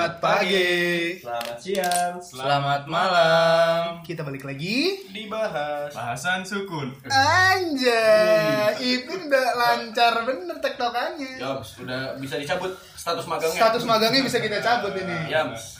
Selamat pagi. Selamat siang. Selamat malam. Kita balik lagi. Dibahas Bahasan sukun. Anjay, Ipin udah lancar bener tektokannya. Yams, udah bisa dicabut status magangnya. Status magangnya bisa kita cabut ini. Yams.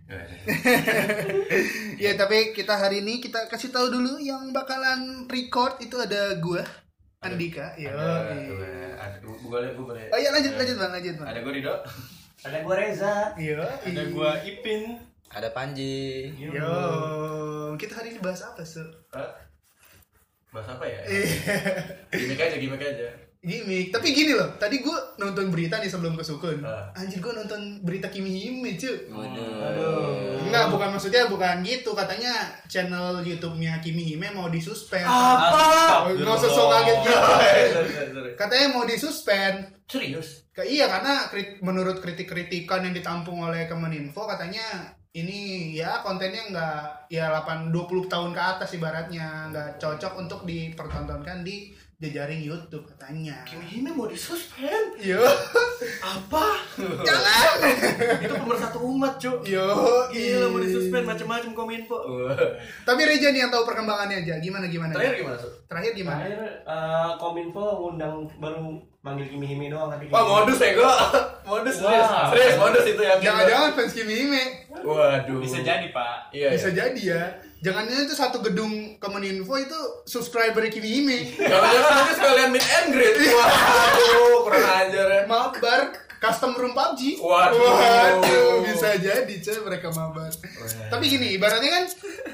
Ya, tapi kita hari ini kita kasih tahu dulu yang bakalan record itu ada gua, Andika. Yo. Boleh. Oh iya, lanjut bang. Ada gue Rido. Ada gua Reza. Yo. Ada gua Ipin. Ada Panji. Yo. Kita hari ini bahas apa sih? Bahas apa ya? Gimik aja. Gimik. Tapi gini loh, tadi gue nonton berita nih sebelum ke Sukun. Anjir, gue nonton berita Kimi Hime cuy. Waduh. Enggak, bukan gitu. Katanya channel YouTube-nya Kimi Hime mau disuspend. Apa? Nggak usah sok kaget gitu. Sorry. Katanya mau disuspend. Serius? Iya, karena menurut kritik-kritikan yang ditampung oleh Kemeninfo katanya ini ya kontennya nggak ya 20 tahun ke atas ibaratnya nggak cocok untuk dipertontonkan di jejaring YouTube katanya. Kimi Hime mau disuspend? Yo. Apa? Jangan. Itu pemersatu umat, Cuk. Yo. Gila mau disuspend macam-macam Kominfo. Tapi Reja nih yang tahu perkembangannya aja. Gimana? Terakhir gimana, Cuk? Terakhir gimana? Terakhir Kominfo ngundang baru manggil Kimi Hime doang tapi. Wah, modus ya gua. Modus serius modus itu ya. Jangan-jangan fans Kimi Hime. Waduh. Bisa jadi, Pak. Iya. Bisa jadi ya. Jangan-jangan itu satu gedung Kemeninfo itu subscriber Kimi Hime. Jangan-jangan nanti sekalian meet and greet. Waduh, kurang ajar ya. Mabar custom room PUBG. Waduh. Bisa jadi coy mereka mabar. Tapi gini, ibaratnya kan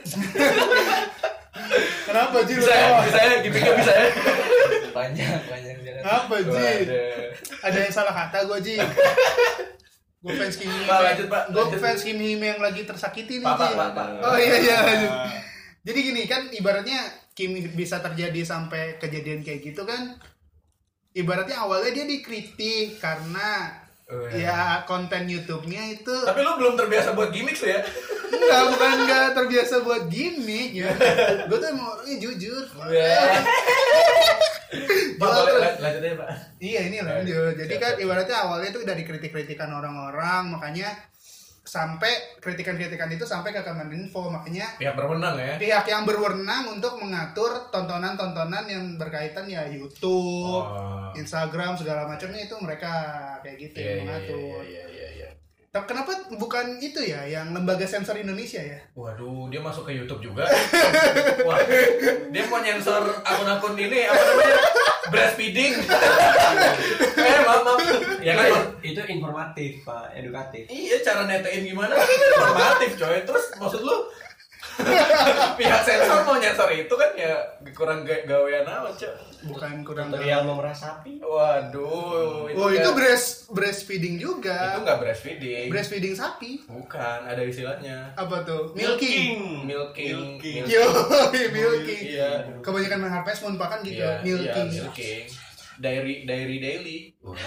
kenapa Ji? Bisa ya, gimmicknya bisa ya. Panjang. Apa Ji? Waduh. Ada yang salah kata gue Ji. Gue fans Kimi Hime. Pak, lanjut, Pak. Gue Lanjut. fans Kimi Hime yang lagi tersakiti nih Pak. Ji. Oh iya lanjut. Jadi gini kan ibaratnya Kimi bisa terjadi sampai kejadian kayak gitu kan. Ibaratnya awalnya dia dikritik karena ya konten YouTube-nya itu Tapi lu belum terbiasa buat gimmick sih ya. enggak terbiasa buat gimmick ya. Gue tuh emang orangnya jujur. Pak, boleh lanjut aja, Pak. Iya ini lanjut. Jadi kan ibaratnya awalnya tuh udah dikritik-kritikan orang-orang, makanya sampai kritikan-kritikan itu sampai ke Kemeninfo, makanya Pihak berwenang ya. pihak yang berwenang untuk mengatur tontonan-tontonan yang berkaitan ya YouTube, Instagram segala macamnya itu mereka kayak gitu yang mengatur. Iya. Tapi kenapa bukan itu ya yang lembaga sensor Indonesia ya? Waduh, dia masuk ke YouTube juga. Wah, dia mau nyensor akun-akun ini apa namanya? Breastfeeding. Maaf. Ya kan itu informatif, Pak, edukatif. iya, cara netein gimana? Informatif, coy. Terus maksud lu pihak sensor mau nyensor itu kan ya kurang gawean amat, coy. Bukan kurang Tutorial memerah sapi. Waduh, itu breastfeeding juga. Itu nggak breastfeeding. Breastfeeding sapi. Bukan, ada istilahnya. Apa tuh? Milking. Milking. Yo, milking. Iya. Kebanyakan main Harvest Moon kan gitu. Iya, Milking. milking. Diary daily.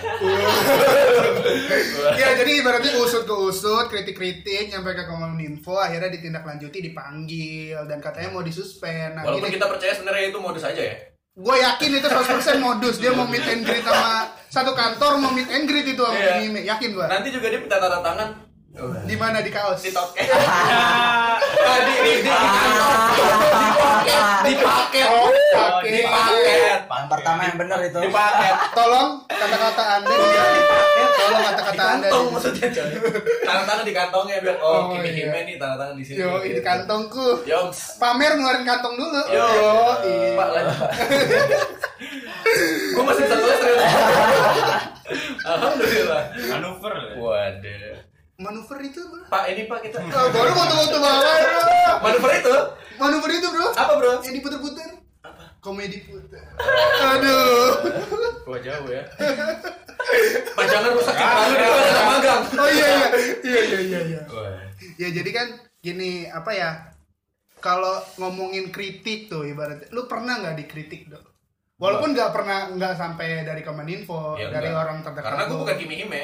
Ya, jadi ibaratnya usut ke usut, kritik-kritik nyampe ke Kominfo, akhirnya ditindaklanjuti, dipanggil dan katanya mau disuspend. Nah, Walaupun gini, kita percaya sebenarnya itu modus aja ya. gue yakin itu 100% modus. Dia mau meet and greet sama satu kantor, mau meet and greet itu sama Iya. Kimi Hime. Yakin gue. Nanti juga dia minta tanda tangan Di mana? Di kaos. di top. Di paket. Pertama yang benar itu. Di paket. Tolong kata-kata Anda Tolong kata-kata Anda. Kantong maksudnya, coy. Tanda tangan di kantongnya biar Kimi iya. Hime nih tanda tangan di sini. Yo, ini kantongku. Yoms. Pamer ngeluarin kantong dulu. Yo, iya. Pak lanjut. Gue masih bisa tulis ternyata. Alhamdulillah. Manuver. Waduh. Manuver itu bro. Pak, ini Pak kita. Baru foto-foto banget bro. Manuver itu? Manuver itu bro. Apa, Bro? Yang diputer-puter. Apa? Komedi puter. Aduh. Gua jauh ya. Pak, jangan rusak citra lu di kelas magang. Oh iya. Wah. Ya jadi kan gini apa ya? Kalau ngomongin kritik tuh ibaratnya, lu pernah nggak dikritik dong? Walaupun nggak sampai dari Kemeninfo, Ya, dari enggak. orang terdekat. Karena gue lu. bukan Kimi Hime.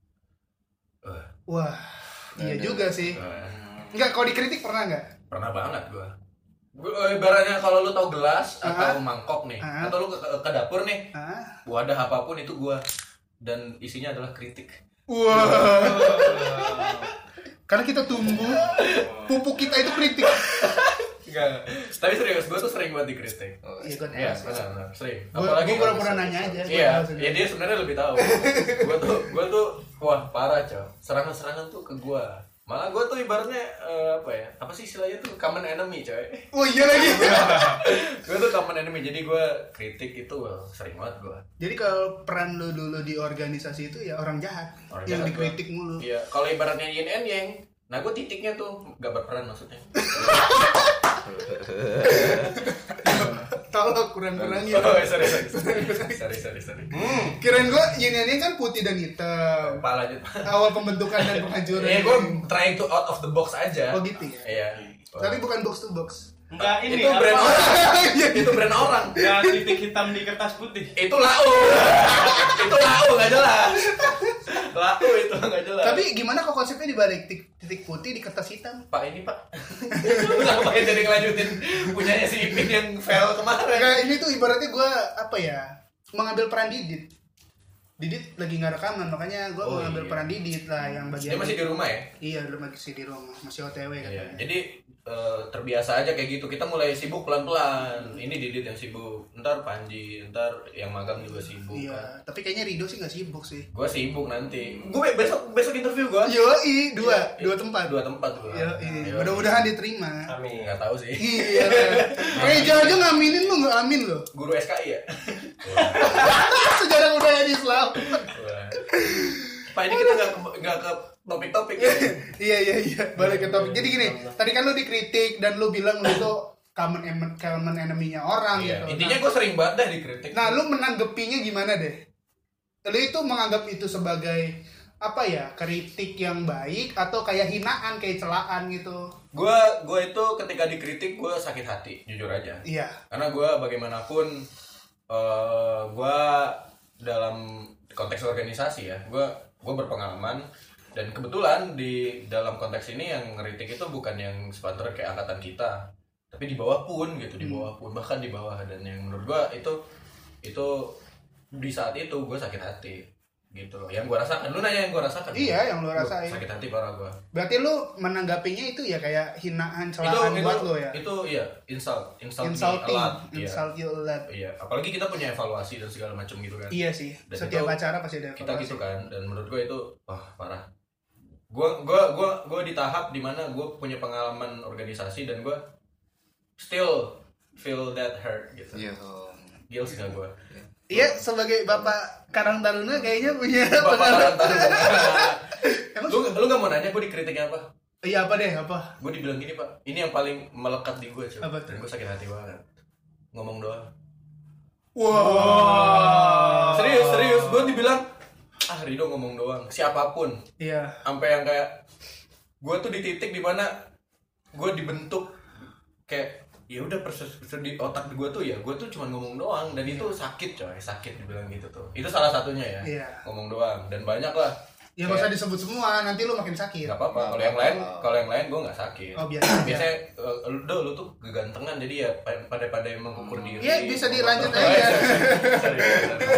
Wah, iya juga sih. Wah. Enggak, kalau dikritik pernah nggak? Pernah banget gue. Ibaratnya kalau lu tau gelas atau mangkok nih, atau lu ke dapur nih, wadah apapun itu gue, dan isinya adalah kritik. Wah. Karena kita tumbuh, pupuk kita itu kritik. Enggak. Tapi serius, gue tuh sering buat dikritik. Iya, gue Iya, benar, sering. Gue pura-pura kalau nanya aja. Iya, ya dia sebenarnya lebih tahu. Gue tuh wah parah coy. Serangan-serangan tuh ke gue. Malah gue tuh ibaratnya apa sih istilahnya tuh common enemy coy. Oh iya lagi. Gue tuh common enemy, jadi gue kritik itu sering banget gue. Jadi kalau peran lu dulu di organisasi itu ya orang jahat Orang yang jahat dikritik mulu. Iya, kalau ibaratnya yin and yang, nah gue titiknya tuh gak berperan maksudnya. Tolong kurang-kurangin. Oh, sorry. Kirain gue ini kan putih dan hitam. Kepala aja. Awal pembentukan dan penghancuran. Iya, gue trying to out of the box aja. Oh gitu ya. Iya. Tapi bukan box to box. Enggak ini Itu brand apa? orang. Itu brand orang. Enggak titik hitam di kertas putih. Itu lau. Itu lau nggak jelas. Lau itu nggak jelas. Tapi gimana kok konsepnya dibalik titik putih di kertas hitam? Pak ini Pak. Lu ngapain jadi ngelanjutin punyanya si Ipin yang fail kemarin? Kayak ini tuh ibaratnya gue mengambil peran Didit. Didit lagi nggak rekaman, makanya gue mengambil peran Didit lah yang bagian. Dia masih di rumah ya? Iya, lu masih di rumah, masih OTW kan. Iya. Jadi terbiasa aja kayak gitu. Kita mulai sibuk pelan-pelan. Ini Didit yang sibuk. Ntar Panji, ntar yang magang juga sibuk. Iya, Kan. tapi kayaknya Rido sih nggak sibuk sih. Gue sibuk nanti. Gue besok interview gue. Yoi, dua tempat. Dua tempat gue. Yoi, mudah-mudahan diterima. Amin. Nggak tahu sih. Iya. Reja aja ngaminin lu nggak amin lo. Guru SKI ya. Sejarah budaya di Islam. Pak ini kita nggak ke topik-topik ya. Iya. Balik ke topik. Jadi gini, tadi kan lu dikritik dan lu bilang lu tuh common enemy-nya orang Iya. gitu. Intinya gue sering banget dah dikritik. Nah, lu menanggapinya gimana deh? Lu itu menganggap itu sebagai kritik yang baik atau kayak hinaan, kayak celaan gitu? Gue itu ketika dikritik gue sakit hati, jujur aja. Iya. Karena gue bagaimanapun gue dalam konteks organisasi ya, gue berpengalaman dan kebetulan di dalam konteks ini yang ngeritik itu bukan yang sepantaran kayak angkatan kita, tapi di bawah pun gitu, di bawah pun bahkan di bawah. Dan yang menurut gue itu di saat itu gue sakit hati gitu loh. Yang gue rasakan, lu nanya yang gue rasakan. Iya, yang lu Gua rasain. sakit hati parah gue. Berarti lu menanggapinya itu ya kayak hinaan, celaan buat lu ya? Itu iya, insult me a Insulting, lot. Iya. insult you a lot. Iya, apalagi kita punya evaluasi dan segala macam gitu kan. Iya sih, Dan setiap itu acara pasti ada Kita evaluasi. gitu kan, dan menurut gue itu parah. Gue di tahap dimana gue punya pengalaman organisasi dan gue still feel that hurt gitu. Iya. Guilt gak gue? Iya, sebagai Bapak Karang Taruna kayaknya punya Bapak pengalaman. Emang lu gak mau nanya gue dikritiknya apa? Iya, apa deh, apa? Gue dibilang gini pak, ini yang paling melekat di gue coba. Apa tuh? Dan gue sakit hati banget. Ngomong doang. Wow. Serius, gue dibilang Rido ngomong doang, siapapun. Iya. Sampai yang kayak gue tuh di titik dimana gue dibentuk kayak ya udah di otak gue tuh ya gue tuh cuma ngomong doang dan itu sakit coy, sakit dibilang gitu tuh. Itu salah satunya ya. Iya. Ngomong doang dan banyak lah. Ya nggak usah disebut semua, nanti lu makin sakit. Nggak apa-apa. Kalau yang lain gue nggak sakit. Oh, biasa. Biasanya lu tuh kegantengan jadi ya pada mengukur diri. Iya, bisa dilanjut Oh, aja. sorry.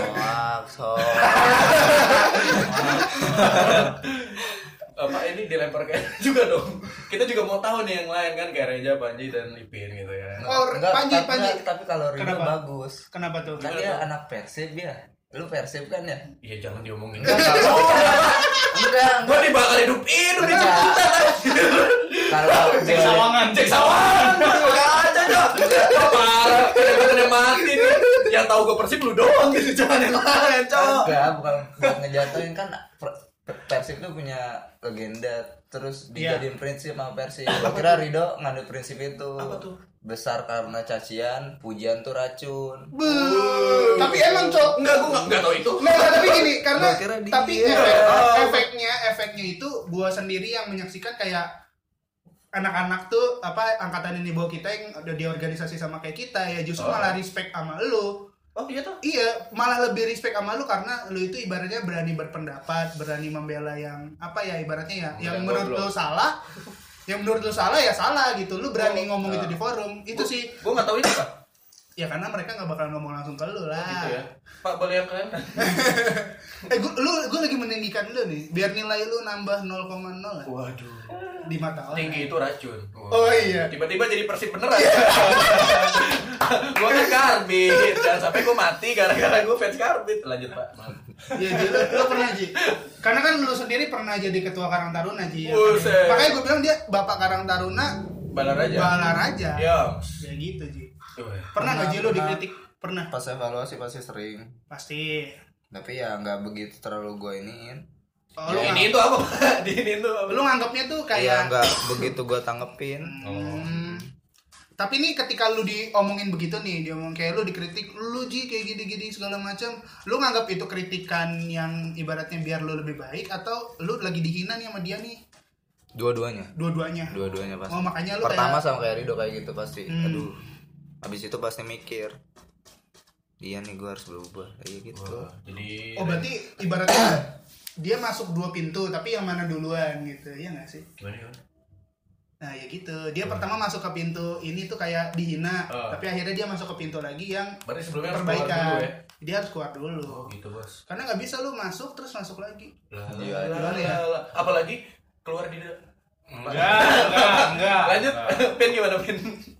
Apa ini dilempar kayak juga dong. Kita juga mau tahu nih yang lain kan kayak Reja, Panji dan Ipin gitu ya. Oh, Panji. Tapi kalau Rido Kenapa? bagus. Kenapa tuh? Kan dia anak Persib ya. Lu Persib kan ya? Iya jangan diomongin. Enggak. Gue dibakar hidup-hidup di Kalau Cek sawangan. Enggak aja dong. Parah. Kadang-kadang mati nih. Yang tahu gue Persib lu doang gitu, jangan yang lain, cowok. enggak, bukan buat ngejatuhin kan Persib tuh punya legenda terus Iya. dijadiin prinsip sama Persib. Gua kira Rido ngandung prinsip itu. Apa tuh? Besar karena cacian, pujian tuh racun. Tapi emang cok. Enggak, gue enggak tahu itu. Nggak, tapi gini, karena Gua kira dia. tapi efeknya itu gua sendiri yang menyaksikan kayak anak-anak tuh angkatan ini bawah kita yang udah di organisasi sama kayak kita ya justru malah respect sama lu. Oh iya tuh. Iya, malah lebih respect sama lu karena lu itu ibaratnya berani berpendapat, berani membela yang ibaratnya ya yang menurut lu salah. Yang menurut lu salah ya salah gitu. Lu berani ngomong itu di forum. Itu sih. Gue nggak tahu itu pak. Ya karena mereka nggak bakal ngomong langsung ke lu lah. Gitu ya. Pak boleh yang keren? Gue lagi meninggikan lu nih, biar nilai lu nambah 0,0 lah. Waduh. Di mata orang. Tinggi itu racun. Oh iya. Tiba-tiba jadi Persib beneran. Gua kan Karbit. Jangan sampai gua mati gara-gara gua fans Karbit. Lanjut, Pak. Iya, Ji, lu pernah, Ji. Karena kan lu sendiri pernah jadi ketua Karang Taruna, Ji. Ya, Buset. makanya gue bilang dia Bapak Karang Taruna Balaraja. Balaraja. Ya. Ya gitu, Ji. Pernah nggak Ji lu dikritik? Pernah. Pas evaluasi pasti sering. Pasti. Tapi ya nggak begitu terlalu gue iniin. Oh, Ya, ini itu apa, Pak? Ini itu apa? lu nganggapnya tuh Ya kayak nggak begitu gue tanggepin. Tapi nih ketika lu diomongin begitu nih, diomong kayak lu dikritik, lu Ji kayak gini-gini segala macam, lu nganggap itu kritikan yang ibaratnya biar lu lebih baik atau lu lagi dihina nih sama dia nih? Dua-duanya Dua-duanya pasti. Oh, makanya lu pertama kayak sama kayak Rido kayak gitu pasti. Aduh. Habis itu pasti mikir. Iya nih gue harus berubah kayak gitu. Wah, jadi oh berarti ibaratnya dia masuk 2 pintu tapi yang mana duluan gitu, iya nggak sih? gimana? Nah ya gitu, dia pertama masuk ke pintu ini tuh kayak dihina, tapi akhirnya dia masuk ke pintu lagi yang Berarti sebelumnya harus keluar perbaikan. dulu ya? Dia harus keluar dulu. Oh, gitu, Bos. Karena nggak bisa lu masuk terus masuk lagi. Iya, gimana ya? Apalagi keluar di Enggak. Lanjut. Pin gimana, Pin?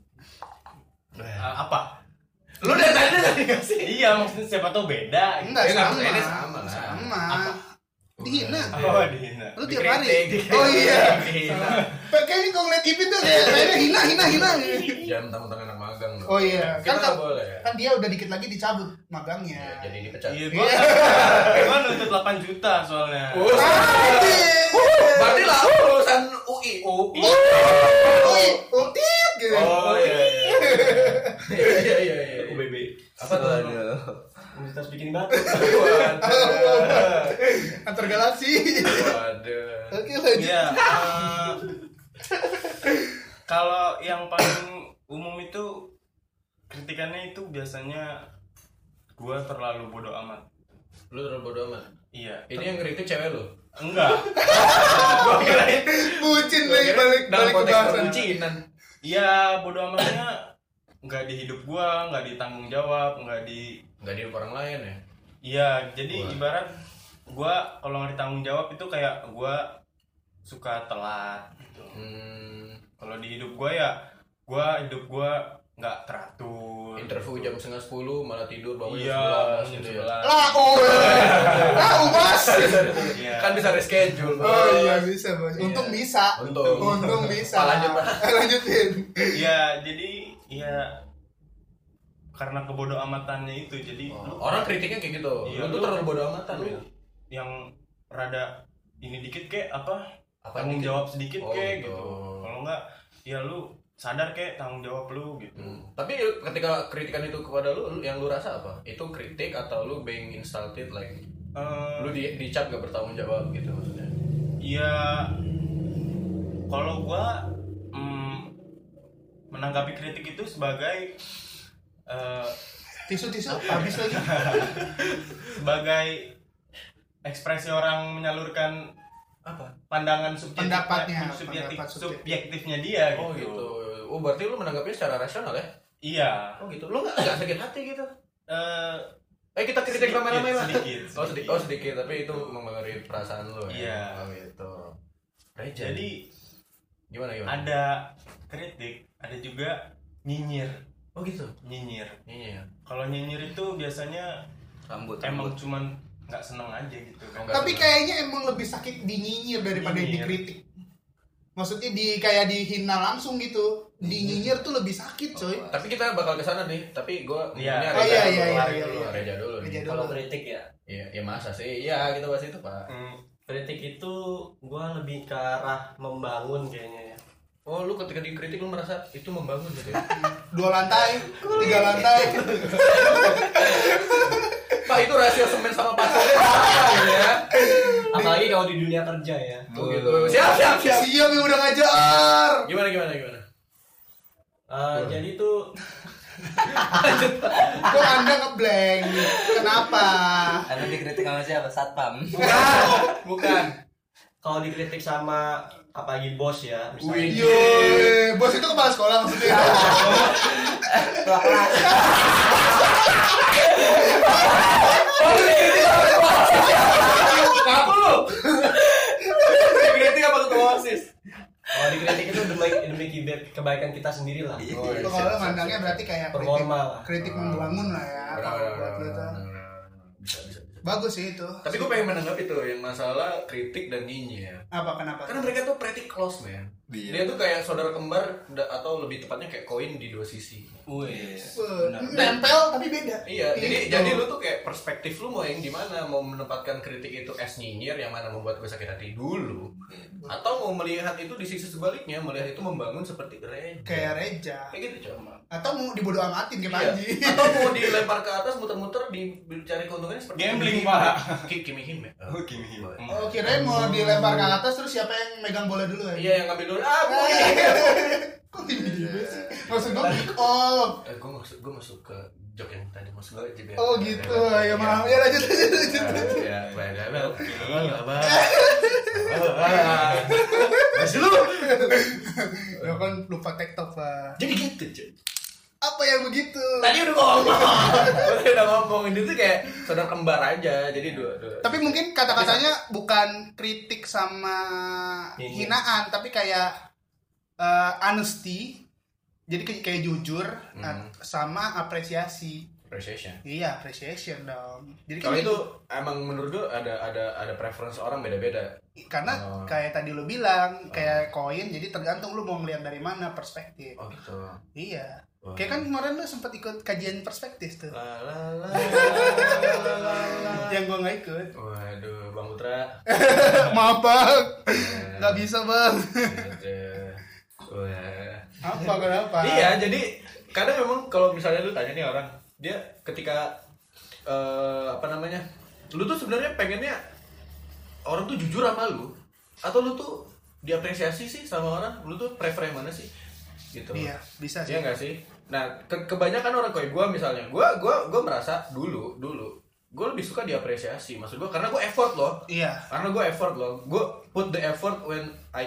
Apa? Lu dari tadi enggak sih? Iya, maksudnya siapa tahu beda. Enggak Ya, sama. ini sama lah. Sama. Dihina. Oh, dihina. Lu tiap hari. Dikritik. Oh iya. Dihina. Kayaknya kalau ngeliat Ipin tuh kayaknya hina. Jangan mentang-mentang anak magang dong. Oh iya. Kita nggak Kan boleh. kan dia udah dikit lagi dicabut magangnya. Ya, jadi dipecat. Iya, gua nuntut 8 juta soalnya. Berarti lah lulusan UI. Utit gitu. Oh iya. Iya. UBB. Apa tuh? Waduh. Universitas bikin batu. Antar galaksi. Waduh. Oke lanjut. Iya. Kalau yang paling umum itu kritikannya itu biasanya gua terlalu bodoh amat. Lu terlalu bodo amat. Iya. Ini yang ngeritik cewek lu. Enggak. Gua kirain Bucin lagi balik dalam ke konteks bahasan. perbucinan. Iya, bodoh amatnya nggak di hidup gua, nggak di tanggung jawab, nggak di orang lain ya. iya. Jadi ibarat gua kalau nggak ditanggung jawab itu kayak gua suka telat gitu. Kalau di hidup gua ya hidup gua nggak teratur. Interview jam 9:30 malah tidur bangun Iya, jam 11 jam gitu ya. 11. Ubas. Iya. Kan bisa reschedule. Oh iya bisa bos. Untung bisa. Untung bisa. Lanjut, Pak. Lanjutin. Iya, jadi ya karena kebodoh amatannya itu jadi Orang kritiknya kayak gitu. Iya, Lu tuh terlalu bodo amatan lu ya. yang rada ini dikit kek apa Apa tanggung dikit? jawab sedikit Oh, kek gitu. gitu. Kalau enggak ya lu sadar kek tanggung jawab lu gitu. Tapi ketika kritikan itu kepada lu yang lu rasa apa? Itu kritik atau lu being insulted like lu dicap gak bertanggung jawab gitu maksudnya? Iya, kalau gua menanggapi kritik itu sebagai Tisu habis lagi. sebagai ekspresi orang menyalurkan Apa? pandangan Pendapatnya, subjektif, pendapat subjektif. subjektifnya dia Oh gitu. gitu. Oh berarti lu menanggapinya secara rasional ya? Iya. Oh gitu. Lu nggak sakit hati gitu? Kita kritik Sedikit, ramai-ramai lah. sedikit. Oh sedikit. Tapi itu mempengaruhi perasaan lu ya? Iya. Oh gitu. Jadi gimana? ada kritik, ada juga nyinyir. Oh gitu. Nyinyir. Iya. Kalau nyinyir itu biasanya Rambut. emang cuman nggak seneng aja gitu kan. Enggak. Tapi kayaknya emang lebih sakit dinyinyir daripada Nyinyir. dikritik. Maksudnya kayak dihina langsung gitu. Dinyinyir tuh lebih sakit, coy. Tapi kita bakal ke sana nih. Tapi gua Iya. ngomongnya Oh, iya, iya, dulu. iya, iya. Reja dulu nih. Reja dulu. Kalau kritik ya, Iya, masa sih? Iya, kita bahas itu, Pak. kritik itu gua lebih ke arah membangun kayaknya ya. Oh, lu ketika dikritik lu merasa itu membangun gitu ya? 2 lantai, 3 lantai. Pak, itu rasio semen sama pasirnya apa gitu ya? Apalagi kalau di dunia kerja ya. Oh, gitu. Siap. Siap yang udah ngajar. Gimana? Jadi tuh Kok Anda ngeblank? Kenapa? Anda dikritik sama siapa? Satpam. Bukan. kalau dikritik sama apalagi bos ya, misalnya. Yo, bos itu kepala sekolah maksudnya. Kelas. kebaikan kita sendiri lah. Oh, iya, Kalau lo mandangnya berarti kayak Performa lah. kritik membangun lah ya. Kalau buat lo tuh. Bisa. Bagus sih itu. Tapi gue pengen menanggapi tuh yang masalah kritik dan nyinyir. Apa kenapa? Karena mereka tuh pretty close, man. Dia tuh kayak saudara kembar atau lebih tepatnya kayak koin di dua sisi. Wih. Nempel tapi beda. Iya, Gitu. jadi lu tuh kayak perspektif lu mau yang gimana, mau menempatkan kritik itu as nyinyir yang mana membuat gue sakit hati dulu, atau mau melihat itu di sisi sebaliknya, melihat itu membangun seperti Reja. Kayak Reja. Kayak gitu coba. Atau mau dibodo amatin kayak Iya. Panji. Atau mau dilempar ke atas muter-muter dicari keuntungannya seperti Gambling, Kimi Pak. Kimi Him ya. Kimi Him. Oh, kirain mau dilempar ke atas terus siapa yang megang bola dulu ya? Iya, yang ngambil dulu. Kok tiba-tiba sih? Maksud gue pick off. Gue masuk ke jok yang tadi maksud gue JBL. Oh gitu. Ya maaf. Ya lanjut. Ya, baik. Masih lu. Lo kan lupa TikTok, Pak. Jadi gitu, cuy. Apa yang begitu? Tadi udah ngomong ini tuh kayak saudara kembar aja. Jadi dua. Tapi mungkin kata-katanya bukan kritik sama hinaan, tapi kayak honesty. Jadi kayak jujur sama apresiasi. Appreciation. Iya, appreciation dong. Jadi Kalau kan itu emang menurut gue ada preference orang beda-beda. karena kayak tadi lu bilang kayak koin, jadi tergantung lu mau ngeliat dari mana perspektif. Oh gitu. Iya. Kayak kan kemarin lu sempat ikut kajian perspektif tuh. Yang gua nggak ikut. Waduh, Bang Putra. Maaf bang, nggak bisa bang. Wah. Apa kenapa? Iya, jadi kadang memang kalau misalnya lu tanya nih orang, dia ketika lu tuh sebenarnya pengennya orang tuh jujur sama lu, atau lu tuh diapresiasi sih sama orang, lu tuh prefer yang mana sih? Gitu. Iya, bisa sih. Iya nggak sih? Nah, kebanyakan orang kayak gue misalnya, gue merasa dulu gue lebih suka diapresiasi, maksud gue karena gue effort loh. Iya. Karena gue effort loh, gue put the effort when I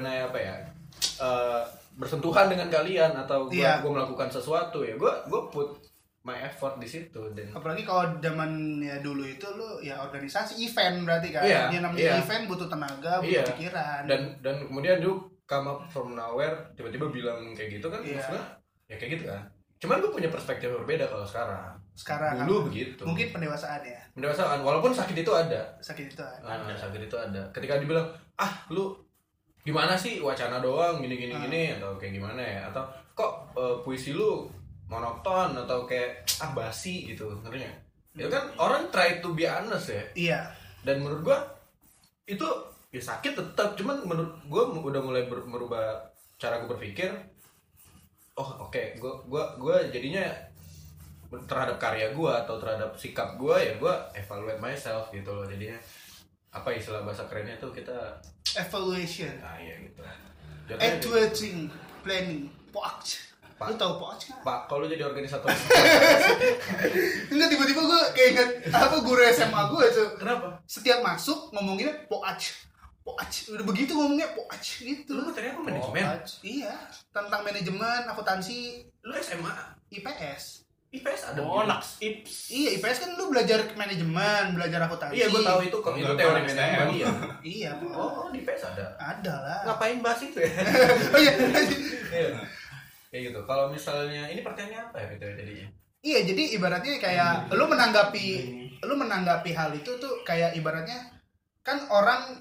bersentuhan dengan kalian atau gue melakukan sesuatu ya, gue put my effort di situ. Dan apalagi kalau zaman ya dulu itu lu ya organisasi event berarti kan. Iya, Yang namanya iya. event butuh tenaga, butuh pikiran. Dan kemudian lu come up from nowhere tiba-tiba bilang kayak gitu kan, maksudnya ya kayak gitu kan. Cuman gue punya perspektif yang berbeda kalau sekarang. Dulu begitu. Mungkin pendewasaan ya. Pendewasaan, walaupun sakit itu ada. Sakit itu ada. Sakit itu ada. Ketika dibilang, lu gimana sih wacana doang gini atau kayak gimana ya, atau kok puisi lu monoton atau kayak basi gitu, ngerti nggak? Itu kan orang try to be honest ya. Iya. Dan menurut gua itu ya sakit tetap, cuman menurut gua udah mulai merubah cara gua berpikir. Oke, gua jadinya terhadap karya gua atau terhadap sikap gua ya gua evaluate myself gitu loh. Jadinya apa istilah bahasa kerennya tuh kita evaluation. Nah, iya gitu. Evaluating, planning, POAC. Lu tau POAC nggak? Pak, kalau jadi organisator. Enggak, tiba-tiba gue kayak ingat guru SMA gue tuh. Kenapa? Setiap masuk ngomonginnya POAC. Udah begitu ngomongnya POAC gitu. Lu materinya apa manajemen? Iya, tentang manajemen, akuntansi. Lu SMA? IPS. IPS ada. Naks IPS. Iya, IPS kan lu belajar manajemen, belajar akuntansi. Iya, gue tahu itu kok itu teori manajemen. Iya. Oh, di IPS ada. Ada lah. Ngapain bahas itu ya? Oh iya. Kayak gitu. Kalau misalnya ini pertanyaannya apa ya gitu jadinya? Iya, jadi ibaratnya kayak lu menanggapi hal itu tuh kayak ibaratnya kan orang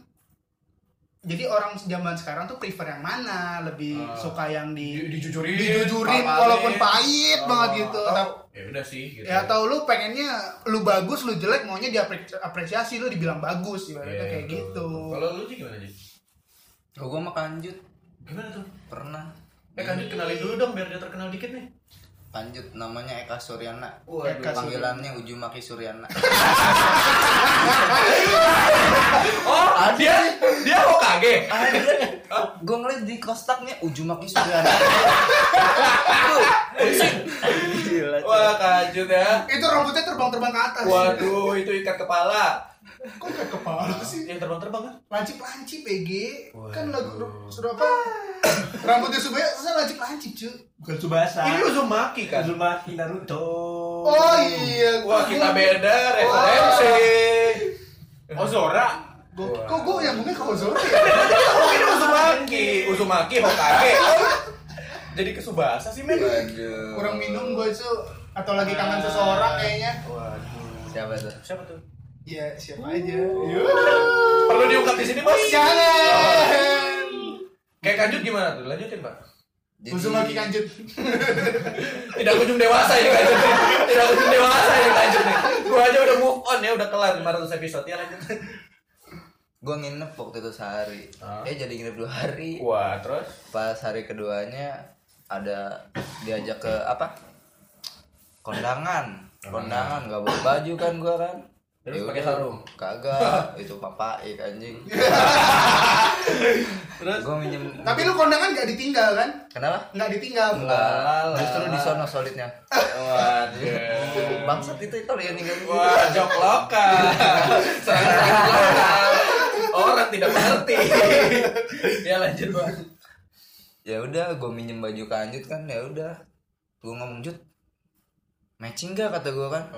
zaman sekarang tuh prefer yang mana, lebih suka yang dijujurin walaupun pahit banget gitu. Ya udah sih gitu. Ya atau lu pengennya lu bagus, lu jelek maunya diapresiasi, lu dibilang bagus ibaratnya kayak gitu. Kalau lu sih gimana sih? Gua mah Kanjut. Gimana tuh? Pernah. Kanjut kenalin dulu dong biar dia terkenal dikit nih. Kanjut namanya Eka Suryana. Eka Panggilannya Ujumaki Suryana. Dia Hokage. Gue ngeliat di kostaknya Ujumaki Suryana. Wah, Kanjut ya. Itu rambutnya terbang-terbang ke atas. Waduh, itu ikat kepala. Kok ikat kepala sih? Yang terbang-terbang kan? Lancip-lancip PG. Kan lagu sudah apa? Rambutnya Tsubasa lancip-lancip, cuy. Bukan Tsubasa. Ini Uzumaki kan? Uzumaki Naruto. Oh iya. Wah, kita beda referensi. Zora. Kok gue yang mungkin ke Ozora ya? Oh, ini Uzumaki Hokage. jadi ke Subasa sih, men? Waduh. Kurang minum gue itu atau lagi kangen seseorang kayaknya. Waduh. Siapa tuh? Siapa tuh? Ya siapa aja. Perlu diungkap di sini, Bos? Jangan. Kayak Kanjut gimana tuh? Lanjutin, Pak. Uzumaki Kanjut. Tidak kunjung dewasa ini Kanjut nih. Tidak kunjung dewasa ini Kanjut nih. Gua aja udah move on ya, udah kelar 500 episode ya, lanjut. Gue nginep waktu itu sehari. Jadi nginep 2 hari. Wah, terus? Pas hari keduanya ada diajak ke apa? Kondangan nggak bawa baju kan gue kan. Terus Ya pakai udah, sarung? Kagak, itu papaik anjing. Terus? Gue minjem. Tapi lu kondangan gak ditinggal kan? Kenapa? Nggak ditinggal. Enggak, justru di sono solidnya. Waduh. Bangsat itu yang ninggal gitu. Wah, jok lokal. Serangan lokal. Orang tidak mengerti. Ya lanjut, Bang. Ya udah, gue minjem baju Kanjut kan, ya udah. Gue ngomong, Jut, matching gak kata gue kan?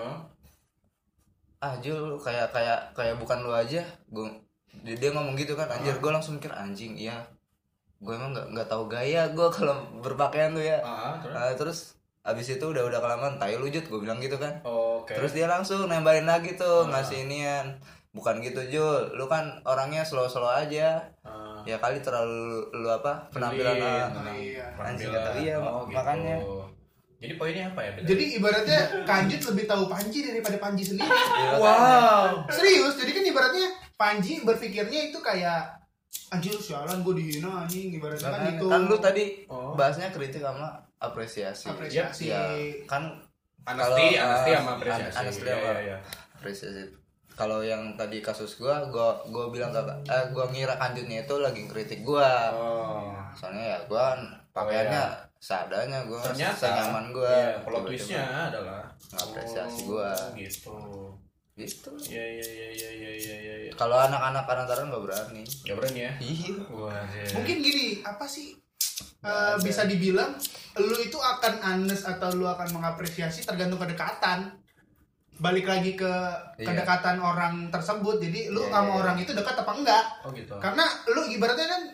Jul kayak bukan lu aja. Dia ngomong gitu kan, anjir. Gue langsung mikir, anjing, iya. Gue emang nggak tahu gaya gue kalau berpakaian tuh ya. Terus abis itu udah kelamaan, tai lu Jut, gue bilang gitu kan. Oke. Terus dia langsung nembalin lagi tuh, ngasih inian. Bukan gitu Jul, lu kan orangnya slow aja. Ya kali terlalu lu apa penampilan anjing kata iya gitu. makanya. Jadi poinnya apa ya? Jadi ibaratnya Kanjut lebih tahu Panji daripada Panji sendiri. Wow. Serius, jadi kan ibaratnya Panji berpikirnya itu kayak anjir sialan gue dihina anjing ibaratnya kan gitu. Kan lu tadi bahasnya kritik sama apresiasi. Ya, kan Honesty sama apresiasi. Honesty sama apresiasi. Kalau yang tadi kasus gua bilang gua ngira Kanjutnya itu lagi kritik gua. Soalnya ya gua pakaiannya seadanya, gua senyaman gua. Iya, plot twistnya adalah ngapresiasi gua. Gitu. Iya. Kalau anak-anak karantaran nggak berani. Gak berani ya? Iya. Mungkin gini, apa sih bisa dibilang lu itu akan honest atau lu akan mengapresiasi tergantung kedekatan. Balik lagi ke kedekatan orang tersebut. Jadi lu sama orang itu dekat apa enggak? Oh gitu. Karena lu ibaratnya kan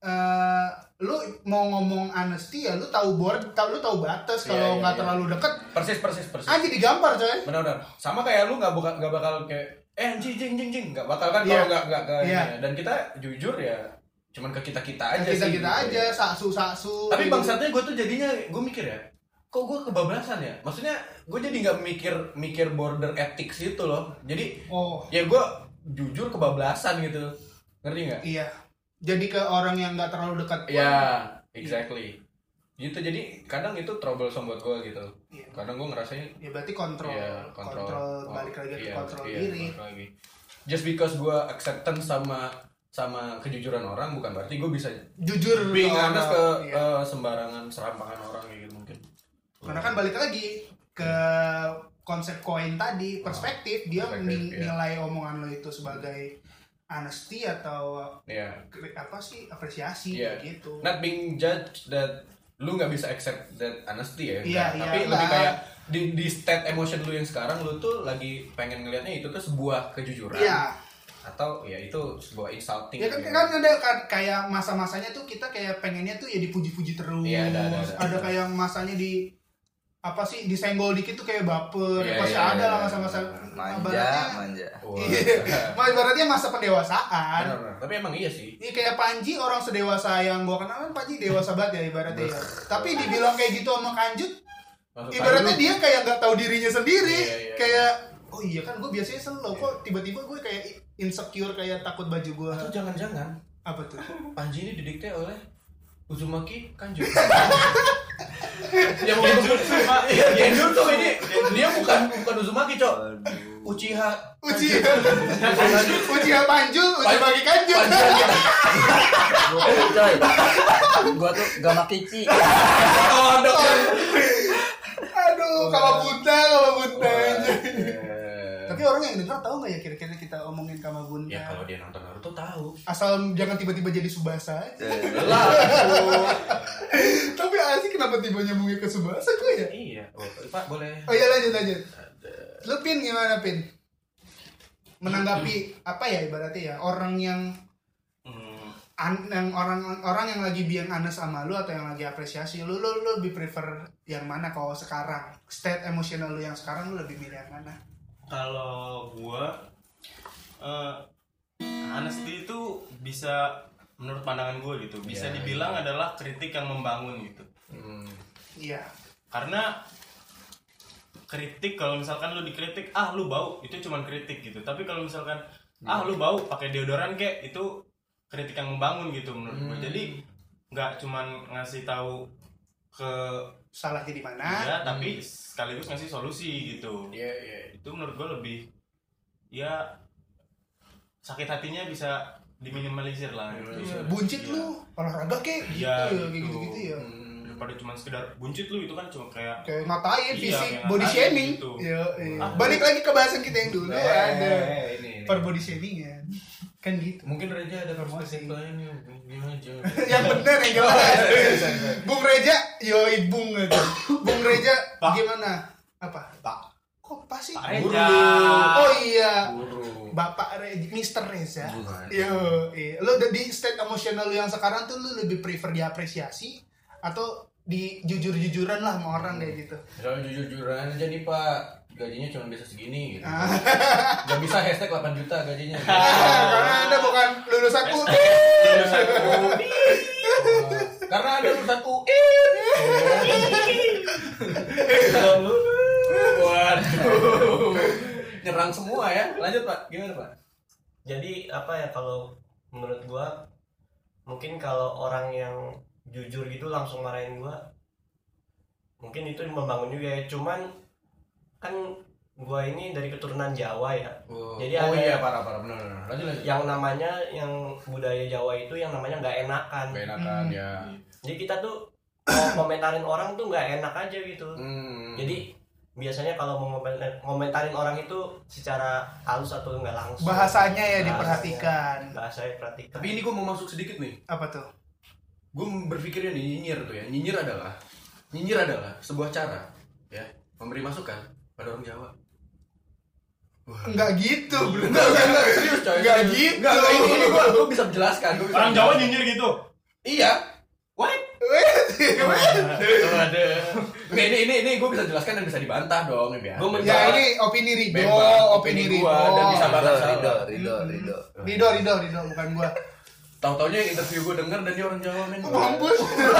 lu mau ngomong honesty ya lu tahu lu tahu batas kalau nggak terlalu dekat. Persis. Aja digampar coy. Benar. Sama kayak lu nggak bakal kayak jing nggak bakal kan kalau nggak dan kita jujur ya cuman ke kita aja sih. Kita aja saksu. Tapi bangsatnya gue tuh jadinya gue mikir ya, kok gue kebablasan ya? Maksudnya gue jadi nggak mikir border ethics itu loh. Jadi ya gue jujur kebablasan gitu, ngerti nggak? Iya. Jadi ke orang yang nggak terlalu dekat. Ya, exactly. Gitu, jadi kadang itu troublesome buat gue gitu. Iya. Kadang gue ngerasain. Ya berarti kontrol balik lagi ke kontrol diri. Lagi. Just because gue acceptance sama kejujuran orang bukan berarti gue bisa jujur being honest ke sembarangan serampangan orang gitu mungkin. Karena kan balik lagi ke konsep koin tadi, perspektif dia nilai omongan lo itu sebagai honesty atau apa sih apresiasi gitu. Not being judged that lu nggak bisa accept that honesty ya. Tapi iya, lebih kayak di state emotion lu yang sekarang lu tuh lagi pengen ngelihatnya itu tuh sebuah kejujuran. Iya. Atau ya itu sebuah insulting. Ya kan ada kayak masa-masanya tuh kita kayak pengennya tuh ya dipuji-puji terus. Iya, ada kayak masanya apa sih disenggol dikit tuh kayak baper. Pasti ada lah masa-masa manja. Iya. Ibaratnya masa pendewasaan. Benar. Tapi emang iya sih. Ini kayak Panji orang sedewasa yang gua kenal kan Panji dewasa banget ya ibaratnya ya. Tapi dibilang kayak gitu sama Kanjut, ibaratnya dia kayak nggak tahu dirinya sendiri. Kayak oh iya kan gue biasanya slow kok tiba-tiba gue kayak insecure kayak takut baju gue. Atau jangan-jangan apa tuh? Panji ini didikte oleh Uzumaki Kanjut. Yang Genjutsu, Pak. Genjutsu ini dia bukan Uzumaki, Cok. Uchiha Panjul, Uzumaki Kanjut. Gua tuh Gamakichi. Aduh, Kamabunta aja. Tapi orang yang dengar tahu nggak ya kira-kira kita omongin Kamabunta? Ya kalau dia nonton Naruto tahu. Asal jangan tiba-tiba jadi Subasa aja. Tapi asik kenapa tiba nyambungnya ke Subasa gue ya? Iya. Pak boleh. Oh iya lanjut. Lu Pin gimana Pin? Menanggapi apa ya ibaratnya ya orang yang yang orang yang lagi biang anes sama lu atau yang lagi apresiasi lu lebih prefer yang mana kalau sekarang state emosional lu yang sekarang lu lebih milih yang mana? Kalau gua honesty itu bisa menurut pandangan gua gitu bisa dibilang adalah kritik yang membangun gitu. Iya. Karena kritik kalau misalkan lu dikritik lu bau itu cuman kritik gitu. Tapi kalau misalkan lu bau pakai deodoran kek itu kritik yang membangun gitu menurut gue. Jadi nggak cuman ngasih tahu ke salahnya di mana, ya, tapi sekaligus ngasih solusi gitu. Itu menurut gue lebih ya sakit hatinya bisa diminimalisir lah. Buncit lu olahraga kek gitu ya, kayak gitu ya. Daripada cuma sekedar buncit lu itu kan cuma kayak ngatain fisik, kayak body shaming gitu. Balik lagi ke bahasan kita yang dulu ada ini. per body shaming kan gitu. Mungkin Reja ada perspektif lainnya aja. Yang benar yang jelas. Bung Reja, yoi Bung gitu. Bung Reja gimana? Apa? Pak. Kok Pak sih? Pak Reja. Oh iya. Guru. Bapak Mr. Reza. Yo, lo di state emosional lu yang sekarang tuh lu lebih prefer diapresiasi atau di jujur-jujuran lah sama orang kayak gitu. Kalau jujur-jujuran aja nih Pak, gajinya cuma bisa segini gitu. Gak bisa hashtag 8 juta gajinya. Karena Anda bukan lulusan UI. Karena ada lulusan UI. Waduh. Nyerang semua ya. Lanjut Pak, gimana Pak? Jadi apa ya, kalau menurut gua mungkin kalau orang yang jujur gitu langsung marahin gua, mungkin itu membangun juga ya. Cuman kan gua ini dari keturunan Jawa ya. Jadi ada iya parah benar. Lanjut. Yang namanya yang budaya Jawa itu yang namanya nggak enakan. Nggak enakan ya. Jadi kita tuh mau komentarin orang tuh nggak enak aja gitu. Jadi biasanya kalau mau ngomentarin orang itu secara halus atau nggak langsung. Bahasanya ya diperhatikan. Bahasanya perhatikan. Tapi ini gua mau masuk sedikit nih. Apa tuh? Gue berpikirnya nih nyinyir adalah sebuah cara ya memberi masukan pada orang Jawa. Enggak gitu, bro. Enggak serius coy. Enggak gitu. Enggak ini gue bisa menjelaskan. Orang Jawa nyinyir gitu. Iya. What? Ini gue bisa jelaskan dan bisa dibantah dong ya. Ya ini opini Rido, opini Rido. Dan bisa banget Rido bukan gua. Tahu-taunya yang interview gue denger dan dia orang Jawa men. Mampus.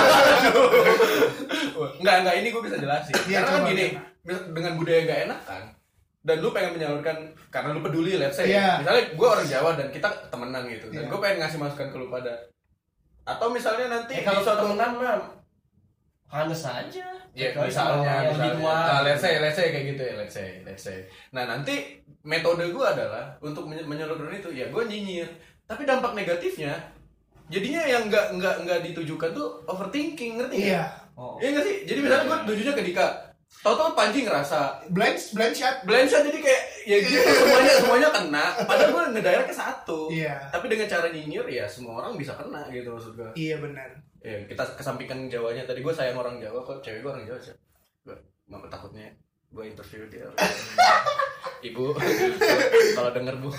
Enggak ini gue bisa jelasin. Ya, karena gini, dengan budaya gak enak kan, dan lu pengen menyalurkan karena lu peduli, let's say. Misalnya gue orang Jawa dan kita temenan gitu, dan gue pengen ngasih masukan ke lu pada. Atau misalnya nanti kalau temenan mah hanes aja. Ya misalnya let's say kayak gitu ya, let's say. Nah nanti metode gue adalah untuk menyalurkan itu ya gue nyinyir. Tapi dampak negatifnya jadinya yang nggak ditujukan tuh overthinking, ngerti nggak? Iya nggak sih? Jadi misalnya gue tujuannya ke Dika, tau Panji ngerasa blind shot jadi kayak ya gitu semuanya kena. Padahal gue ngedirect ke satu. Tapi dengan cara nyinyir ya semua orang bisa kena gitu maksud gue. Iya benar. Ya kita kesampingkan Jawanya. Tadi gue sayang orang Jawa kok, cewek gue orang Jawa sih. Gue takutnya gue interview dia. Ibu, kalau denger Bu.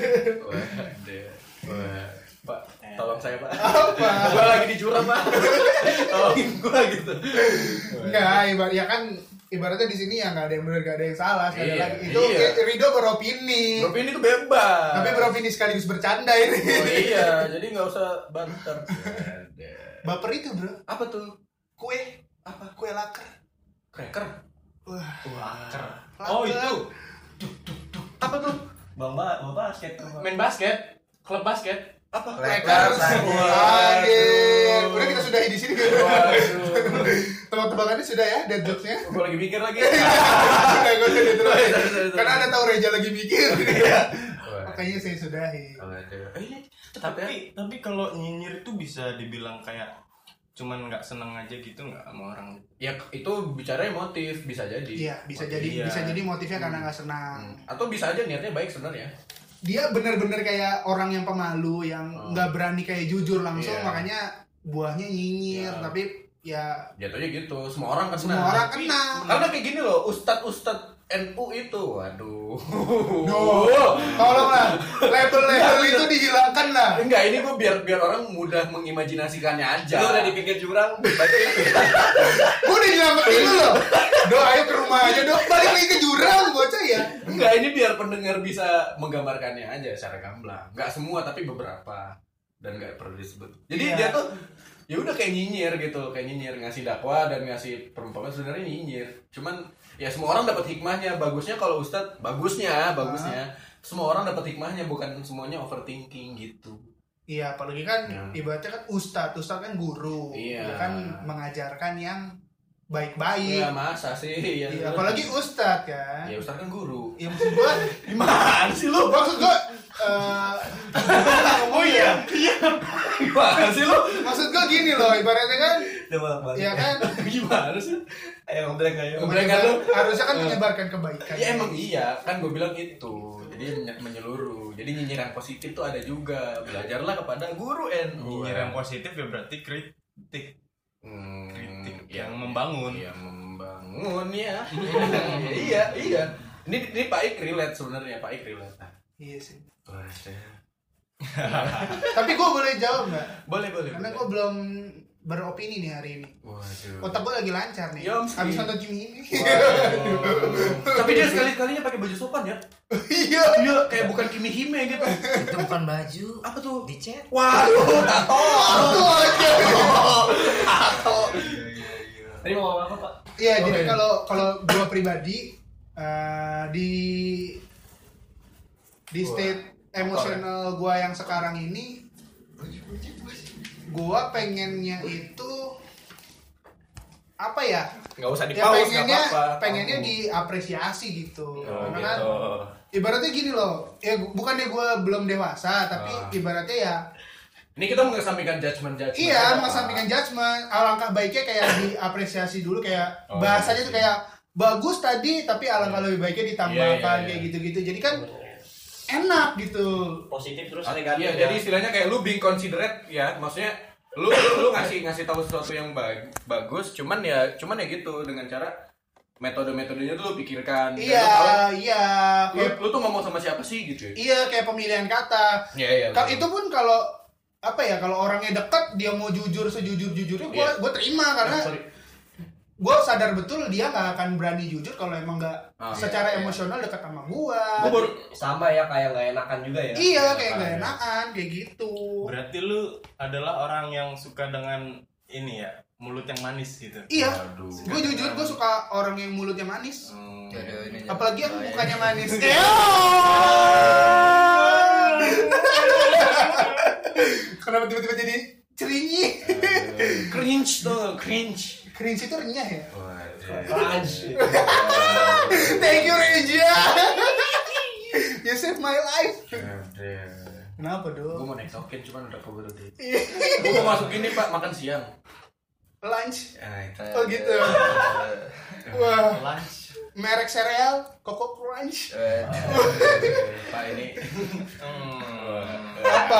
Pak, tolong saya Pak. Apa? Gue lagi di jurang Pak. Tolongin gue gitu. Enggak, ibaratnya di sini ya nggak ada yang benar, nggak ada yang salah. Itu Rido beropini. Beropini itu bebas. Tapi beropini sekaligus bercanda ini. Oh iya, jadi nggak usah banter. Baper itu bro. Apa tuh? Kue. Apa? Kue lakar. Cracker. Wah. Lakar. Oh itu. Apa tuh? Bapak basket. Main basket. Klub basket. Apa? Lakar. Aduh. Udah kita sudahi di sini kan. Tebak-tebakannya sudah ya, dead jokes-nya. Gue lagi mikir lagi. Karena ada tahu Reja lagi mikir. Makanya saya sudahi. Tapi kalau nyinyir itu bisa dibilang kayak cuman nggak seneng aja gitu nggak sama orang? Ya itu bicaranya motif bisa jadi. Iya bisa jadi motifnya karena nggak senang. Atau bisa aja niatnya baik sebenarnya. Dia benar-benar kayak orang yang pemalu yang nggak berani kayak jujur langsung, makanya buahnya nyinyir. Tapi ya jatuhnya gitu, semua orang kena. Karena kayak gini loh, ustad NU itu, waduh. Tolonglah, label-label itu dihilangkan lah. Enggak, ini gue biar orang mudah mengimajinasikannya aja. Lu udah di pinggir jurang, baca itu. Gue udah nyelamatin lu loh. Ayo ke rumah aja, balik lagi ke jurang, bocah ya. Enggak, ini biar pendengar bisa menggambarkannya aja secara gamblang. Enggak semua, tapi beberapa. Dan enggak perlu disebut. Jadi dia tuh ya udah kayak nyinyir gitu, kayak nyinyir, ngasih dakwah dan ngasih perumpamaan, sebenarnya nyinyir. Cuman ya semua orang dapat hikmahnya. Bagusnya kalau Ustadz, bagusnya semua orang dapat hikmahnya, bukan semuanya overthinking gitu. Iya, apalagi kan ibaratnya kan ustadz kan guru, iya. Dia kan mengajarkan yang baik-baik. Iya, masa sih? Iya, apalagi ustadz kan. Ya ustadz kan guru. Ya maksud gua Gimana sih lu? Maksud gua oh iya. Gimana sih lu? Maksud gua gini loh, ibaratnya kan ya kan gimana sih? ayo ngebrek ayo. Harusnya kan menyebarkan kebaikan. Ya emang iya, kan gue bilang itu. Jadi menyeluruh. Jadi nyinyir yang positif tuh ada juga. Belajarlah kepada guru NU. Nyinyir yang positif ya berarti kritik. Kritik ya, yang membangun. Iya, membangun ya. Iya. Ini Pak Ik relate sebenarnya, Pak Ik relate. Iya sih. Waduh. Tapi gue boleh jawab nggak? Boleh. Karena gue belum beropini nih hari ini. Waduh. Otak gue lagi lancar nih. Habis nonton Jimmy ini. Tapi dia sekali-kalinya pakai baju sopan ya. Iya, kayak bukan Kimi Hime gitu. Itu bukan baju. Apa tuh? Dicet. Waduh, tato. Tadi mau ngomong apa, Pak? Iya, jadi kalau gue pribadi di state emosional gue yang sekarang ini, gue pengennya itu apa ya? Nggak usah Ya dipaus, nggak apa-apa. pengennya diapresiasi gitu. Karena kan gitu. ibaratnya gini loh, ya bukannya gue belum dewasa, tapi ibaratnya ya. Ini kita mengesampingkan judgement. Iya, mengesampingkan judgement. Alangkah baiknya kayak diapresiasi dulu, kayak bahasanya tuh kayak bagus tadi, tapi alangkah lebih baiknya ditambahkan kayak gitu-gitu. Jadi kan enak gitu. Positif terus Iya, negatif. jadi istilahnya kayak lu being considerate ya, maksudnya lu ngasih tahu sesuatu yang bagus, cuman ya gitu dengan cara metodenya tuh lu pikirkan. Iya. Lu tuh ngomong sama siapa sih gitu ya? Iya, kayak pemilihan kata. Iya. Itu pun kalau apa ya, kalau orangnya dekat dia mau jujur sejujur-jujurnya gue terima, karena gue sadar betul dia nggak akan berani jujur kalau emang nggak secara emosional dekat sama gue. Sama ya, kayak nggak enakan juga ya. Iya, kayak nggak enakan kayak gitu. Berarti lu adalah orang yang suka dengan ini ya, mulut yang manis gitu. Iya, gue jujur gue suka orang yang mulutnya manis. Apalagi yang mukanya manis. Kenapa tiba-tiba jadi ceringy? Cringe. Cringe itu renyah ya? Crunch. Thank you Reja. You saved my life. Kenapa dong? Gue mau neksokin cuman udah keburu deh. Gue mau masuk ini Pak, makan siang. Lunch. Oh gitu. Wah. Lunch. Merek sereal Coco Crunch. Pak ini. Apa?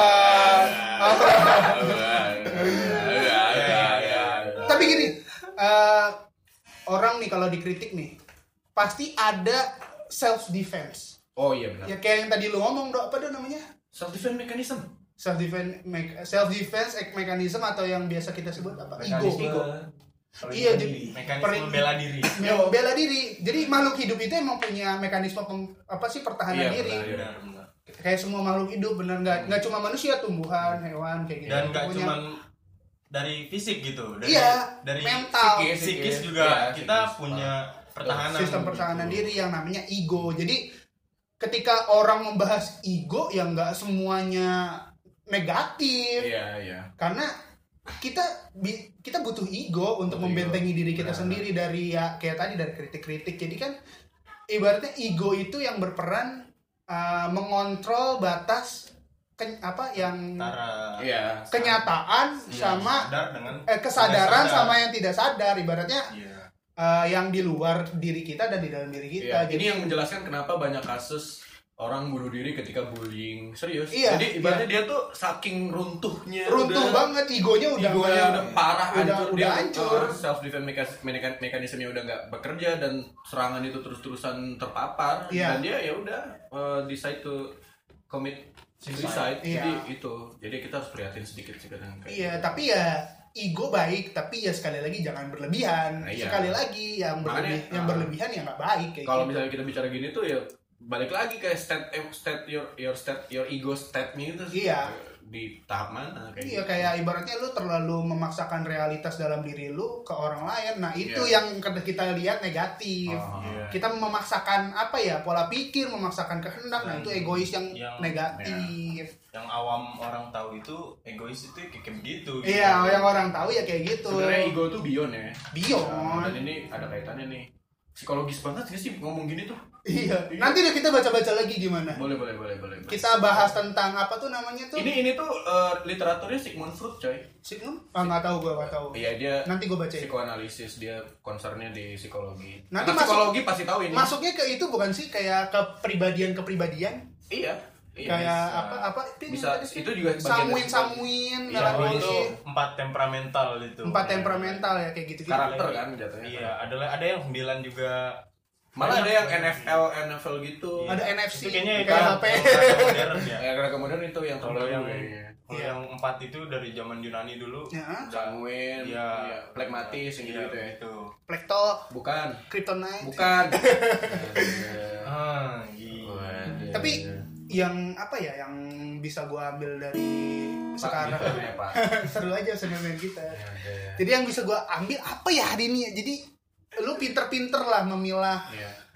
Tapi gini, orang nih kalau dikritik nih pasti ada self defense. Oh iya benar. Ya kayak yang tadi lu ngomong, apa tuh namanya? Self defense mechanism. Self defense mechanism atau yang biasa kita sebut apa? Ego. Iya, jadi mekanisme bela diri. Bela diri. Jadi makhluk hidup itu emang punya mekanisme pertahanan diri. Benar. Kayak semua makhluk hidup, bener nggak cuma manusia, tumbuhan, hewan kayak gitu. Dan nggak cuma dari fisik gitu, dari mental, psikis juga kita punya pertahanan. Sistem pertahanan diri yang namanya ego. Jadi ketika orang membahas ego, ya nggak semuanya negatif. Iya. Karena kita butuh ego untuk membentengi diri kita sendiri dari ya kayak tadi, dari kritik-kritik. Jadi kan ibaratnya ego itu yang berperan mengontrol batas kenyataan sama kesadaran sama yang tidak sadar, ibaratnya yang di luar diri kita dan di dalam diri kita. Jadi ini yang menjelaskan kenapa banyak kasus orang bunuh diri ketika bullying, serius. Iya, jadi ibaratnya dia tuh saking runtuh banget, egonya udah parah, udah hancur. Self defense mekanismenya udah nggak bekerja dan serangan itu terus-terusan terpapar dan dia ya udah decide to commit suicide. Jadi kita harus prihatin sedikit sih kadang. Iya, tapi ya ego baik, tapi ya sekali lagi jangan berlebihan. Sekali lagi yang berlebihan ya nggak baik kayak kalau gitu. Misalnya kita bicara gini tuh ya balik lagi ke your ego state-nya itu di tahap mana kayak gitu. Kayak ibaratnya lu terlalu memaksakan realitas dalam diri lu ke orang lain. Nah, itu yang kita lihat negatif. Kita memaksakan pola pikir, memaksakan kehendak. Nah, itu egois yang negatif. Yang awam orang tahu itu egois itu kayak begitu. Iya, yang orang tahu ya kayak gitu. Sebenarnya ego tuh beyond ya. Beyond. Dan ini ada kaitannya nih. Psikologis banget gak sih ngomong gini tuh? Iya. Nanti deh kita baca-baca lagi gimana. Boleh. Kita bahas tentang apa tuh namanya tuh? Ini tuh literaturnya Sigmund Freud, coy. Sigmund? Nggak tahu. Iya, dia. Nanti gue baca. Psikoanalisis, dia concernnya di psikologi. Nanti psikologi pasti tahu ini. Masuknya ke itu bukan sih kayak kepribadian? Iya. Kayak apa? Bisa itu juga Samuin. Itu 4 temperamental itu. 4 temperamental ya kayak gitu. Karakter kan jatuhnya. Iya, ada yang 9 juga. Malah ada yang NFL gitu. Ada NFC. Itu kayaknya kayak HP. Modern ya. Agak modern itu yang yang 4 itu dari zaman Yunani dulu. Sanguin, plekmatis gitu ya. Itu. Plekto. Bukan. Kryptonite. Bukan. Tapi yang yang bisa gua ambil dari sekarang seru aja sebenarnya kita. Jadi yang bisa gua ambil apa ya hari ini ya? Jadi lu pinter-pinter lah memilah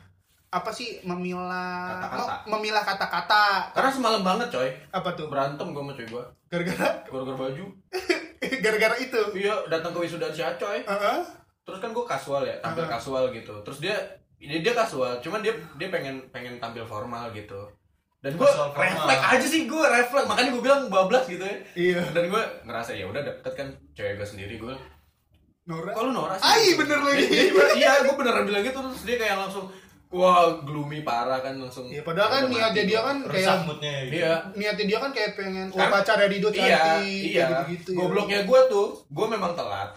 memilah kata-kata. Karena semalam banget, coy. Apa tuh? Berantem gua sama coy gua. Gara-gara baju. Gara-gara itu. Iya, datang ke wisuda si Acoy. Terus kan gua kasual ya, tampil kasual gitu. Terus dia kasual, cuman dia pengen tampil formal gitu. Dan gue refleks aja sih, makanya gue bilang bablas gitu ya. Iya. Dan gue ngerasa ya udah deket kan cewek gue sendiri, gue Nora. Kok lu Nora sih? Bener lagi. Iya, gue beneran bilang gitu. Terus dia kayak langsung wah gloomy parah kan langsung. Iya, padahal kan niatnya dia kan kayak gitu. Iya. Niatnya dia kan kayak pengen pacar Rido cantik gitu. Gobloknya gue tuh, gue memang telat.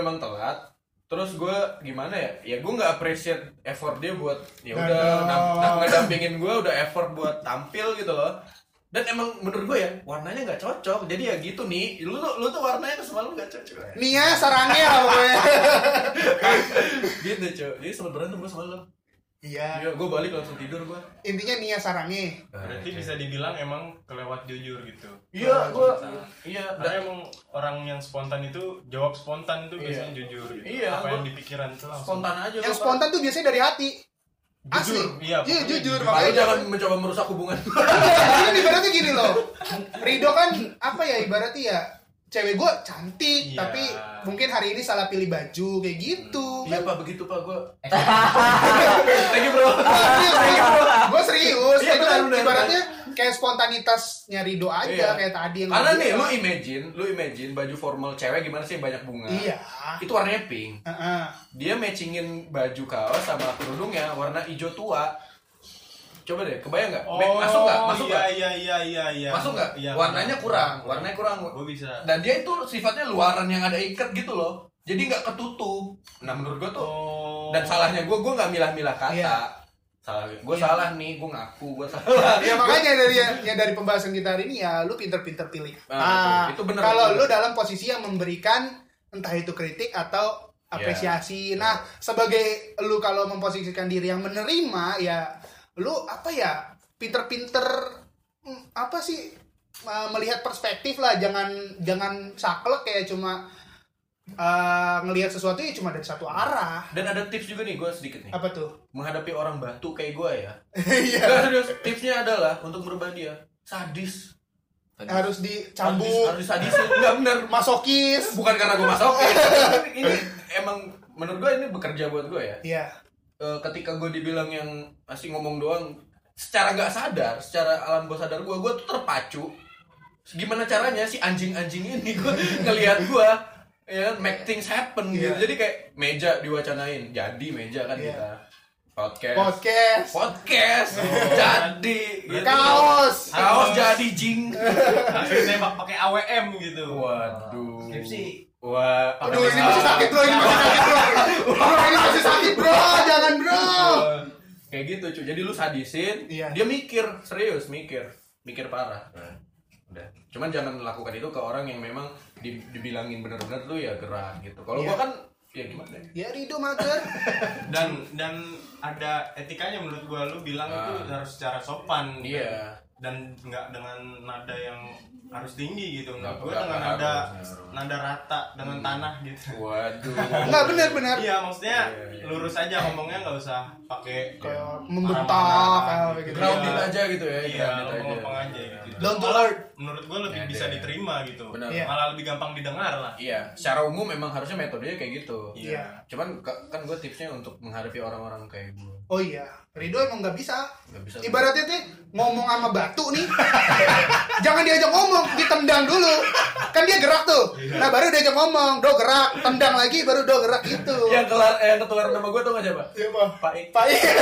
Terus gue gimana ya? Ya gue nggak appreciate effort dia buat ya udah ngedampingin gue, udah effort buat tampil gitu loh. Dan emang menurut gue ya warnanya nggak cocok. Jadi ya gitu nih, lu tuh warnanya semalam nggak cocok. Nia sarangnya apa ya? Gitu cuy. Jadi sempat berantem gue semalam. Iya. Gue balik langsung tidur gue. Intinya Nia sarangnya. Berarti bisa dibilang emang kelewat jujur gitu. Iya, Karena emang orang yang spontan itu jawab spontan itu biasanya jujur gitu. Iya, apa yang dipikiran itu langsung. Spontan aja. Yang spontan tuh biasanya dari hati. Jujur. Asli. Iya, jujur. Makanya jangan mencoba merusak hubungan. Ini ibaratnya gini loh. Rido kan ibaratnya ya cewek gue cantik, tapi mungkin hari ini salah pilih baju kayak gitu. Iya Pak, begitu Pak gue. Thank you bro. Gue serius. Iya, itu kan benar. ibaratnya kayak spontanitasnya Rido aja kayak tadi yang. Karena nih lu imagine baju formal cewek gimana sih, banyak bunga. Iya. Itu warnanya pink. Dia matchingin baju kaos sama kerudungnya warna hijau tua. Coba deh, kebayang nggak? Masuk nggak? Iya. Masuk nggak? Warnanya kurang. Gue bisa. Dan dia itu sifatnya luaran yang ada ikat gitu loh. Jadi nggak ketutup. Nah menurut gue tuh. Dan salahnya gue nggak milah-milah kata. Iya. Salah nih, gue ngaku gue salah. Ya makanya dari pembahasan kita hari ini ya lu pinter-pinter pilih. Itu benar. Kalau lu dalam posisi yang memberikan entah itu kritik atau apresiasi. Nah, sebagai lu kalau memposisikan diri yang menerima ya lu pinter-pinter melihat perspektif lah, jangan saklek kayak cuma ngelihat sesuatu ya cuma dari satu arah. Dan ada tips juga nih gue sedikit nih. Apa tuh? Menghadapi orang batu kayak gue ya. Iya. Serius, tipsnya adalah untuk merubah dia sadis. Harus dicambuk. Harus sadisin. Enggak benar. Masokis. Bukan karena gue masokis. Ini emang menurut gue ini bekerja buat gue ya. Iya. Ketika gue dibilang yang masih ngomong doang, secara nggak sadar, secara alam bawah sadar gue tuh terpacu. Gimana caranya si anjing-anjing ini gue ngelihat gue make things happen gitu. Jadi kayak meja diwacanain, jadi meja kan kita. Podcast. Jadi gitu. Kaos jadi jing. Langsung tembak pakai AWM gitu. Waduh. Skripsi. Wah, Aduh, ini masih sakit bro, ini masih sakit bro, jangan bro. Kayak gitu cuy. Jadi lu sadisin, Iya. dia mikir parah. Nah, udah. Cuman jangan lakukan itu ke orang yang memang dibilangin bener-bener tuh ya gerak gitu. Kalau gua kan ya gimana? Ya Rido mager. Dan ada etikanya menurut gua, lu bilang itu harus secara sopan. Iya. Dan nggak dengan nada yang harus tinggi gitu. Menurut gua Nggak dengan harus. nada rata dengan tanah gitu. Waduh. Enggak benar. Iya, maksudnya Iya. lurus aja ngomongnya, nggak usah pakai Kayak membentak kayak gitu. Grounded aja gitu ya. Iya, grounded ngomong aja gitu. Down to earth. Menurut gua lebih bisa diterima gitu. Benar. Iya. Malah lebih gampang didengar lah. Iya, secara umum memang harusnya metodenya kayak gitu. Iya. Cuman kan gue tipsnya untuk menghadapi orang-orang kayak gue. Oh iya, Rido emang nggak bisa. Nggak bisa. Ibaratnya tuh ngomong sama batu nih, jangan diajak ngomong, ditendang dulu. Kan dia gerak tuh. Nah baru diajak ngomong, do gerak, tendang lagi, baru do gerak gitu. Yang ketularan nama gue tuh nggak siapa? Siapa? Pak Ik. Pak Ik.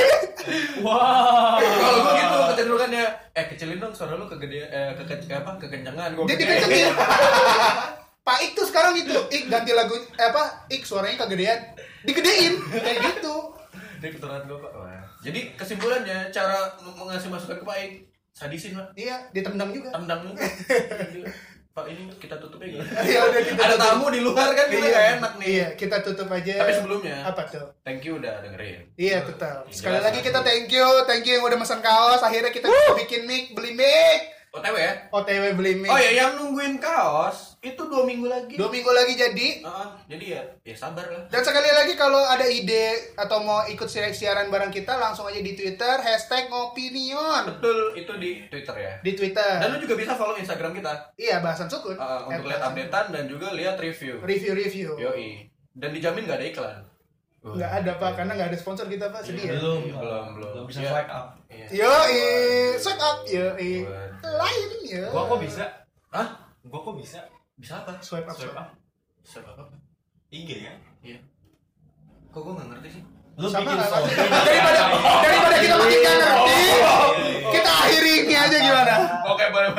Wah. Kalau gue gitu kecenderungannya, kecilin dong suara lu kegedean, kekencangan. Gue Dia dikencengin. Pak Ik tuh sekarang gitu, Ik ganti lagu Ik suaranya kegedean, digedein kayak gitu. Dia ketularan gue pak. Wah. Jadi kesimpulannya cara mengasih masukan ke Pak Ik, sadisin lah, Iya, ditendang juga. tendang lu. Pak ini kita tutup aja. Iya udah kita Ada tutup. tamu di luar kan kita nggak enak nih. Iya, kita tutup aja. Tapi sebelumnya, apa tuh? thank you udah dengerin. Iya tetap. Sekali Jelas lagi lah. kita thank you yang udah pesan kaos. Akhirnya kita bisa bikin mic, beli mic. OTW ya. OTW beli mic. Oh ya, yang nungguin kaos itu 2 minggu lagi. 2 minggu lagi jadi. Jadi ya sabar lah. Dan sekali lagi kalau ada ide atau mau ikut siaran bareng kita langsung aja di Twitter #ngopinion. Betul, itu di Twitter ya. Di Twitter. Dan lu juga bisa follow Instagram kita Iya, bahasan sukun. untuk lihat updatean dan juga lihat review. Review. Yoi. Dan dijamin nggak ada iklan. Nggak ada Pak, karena nggak ada sponsor kita Pak, sedih ya. Belum. bisa Iya. swipe up. Iya. Yoi, swipe up, yoi. Waduh. Lain ya. Gua kok bisa? Hah? Gua kok bisa? Bisa apa? Swipe up. Swipe up Siapa apa? IG kan? Iya. Kok gue nggak ngerti sih? Lu Sama bikin nggak story. daripada kita makin nggak ngerti, kita akhiri ini aja gimana? Oke, boleh.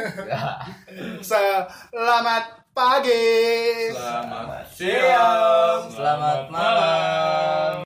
Selamat pagi. Selamat siang. Selamat malam.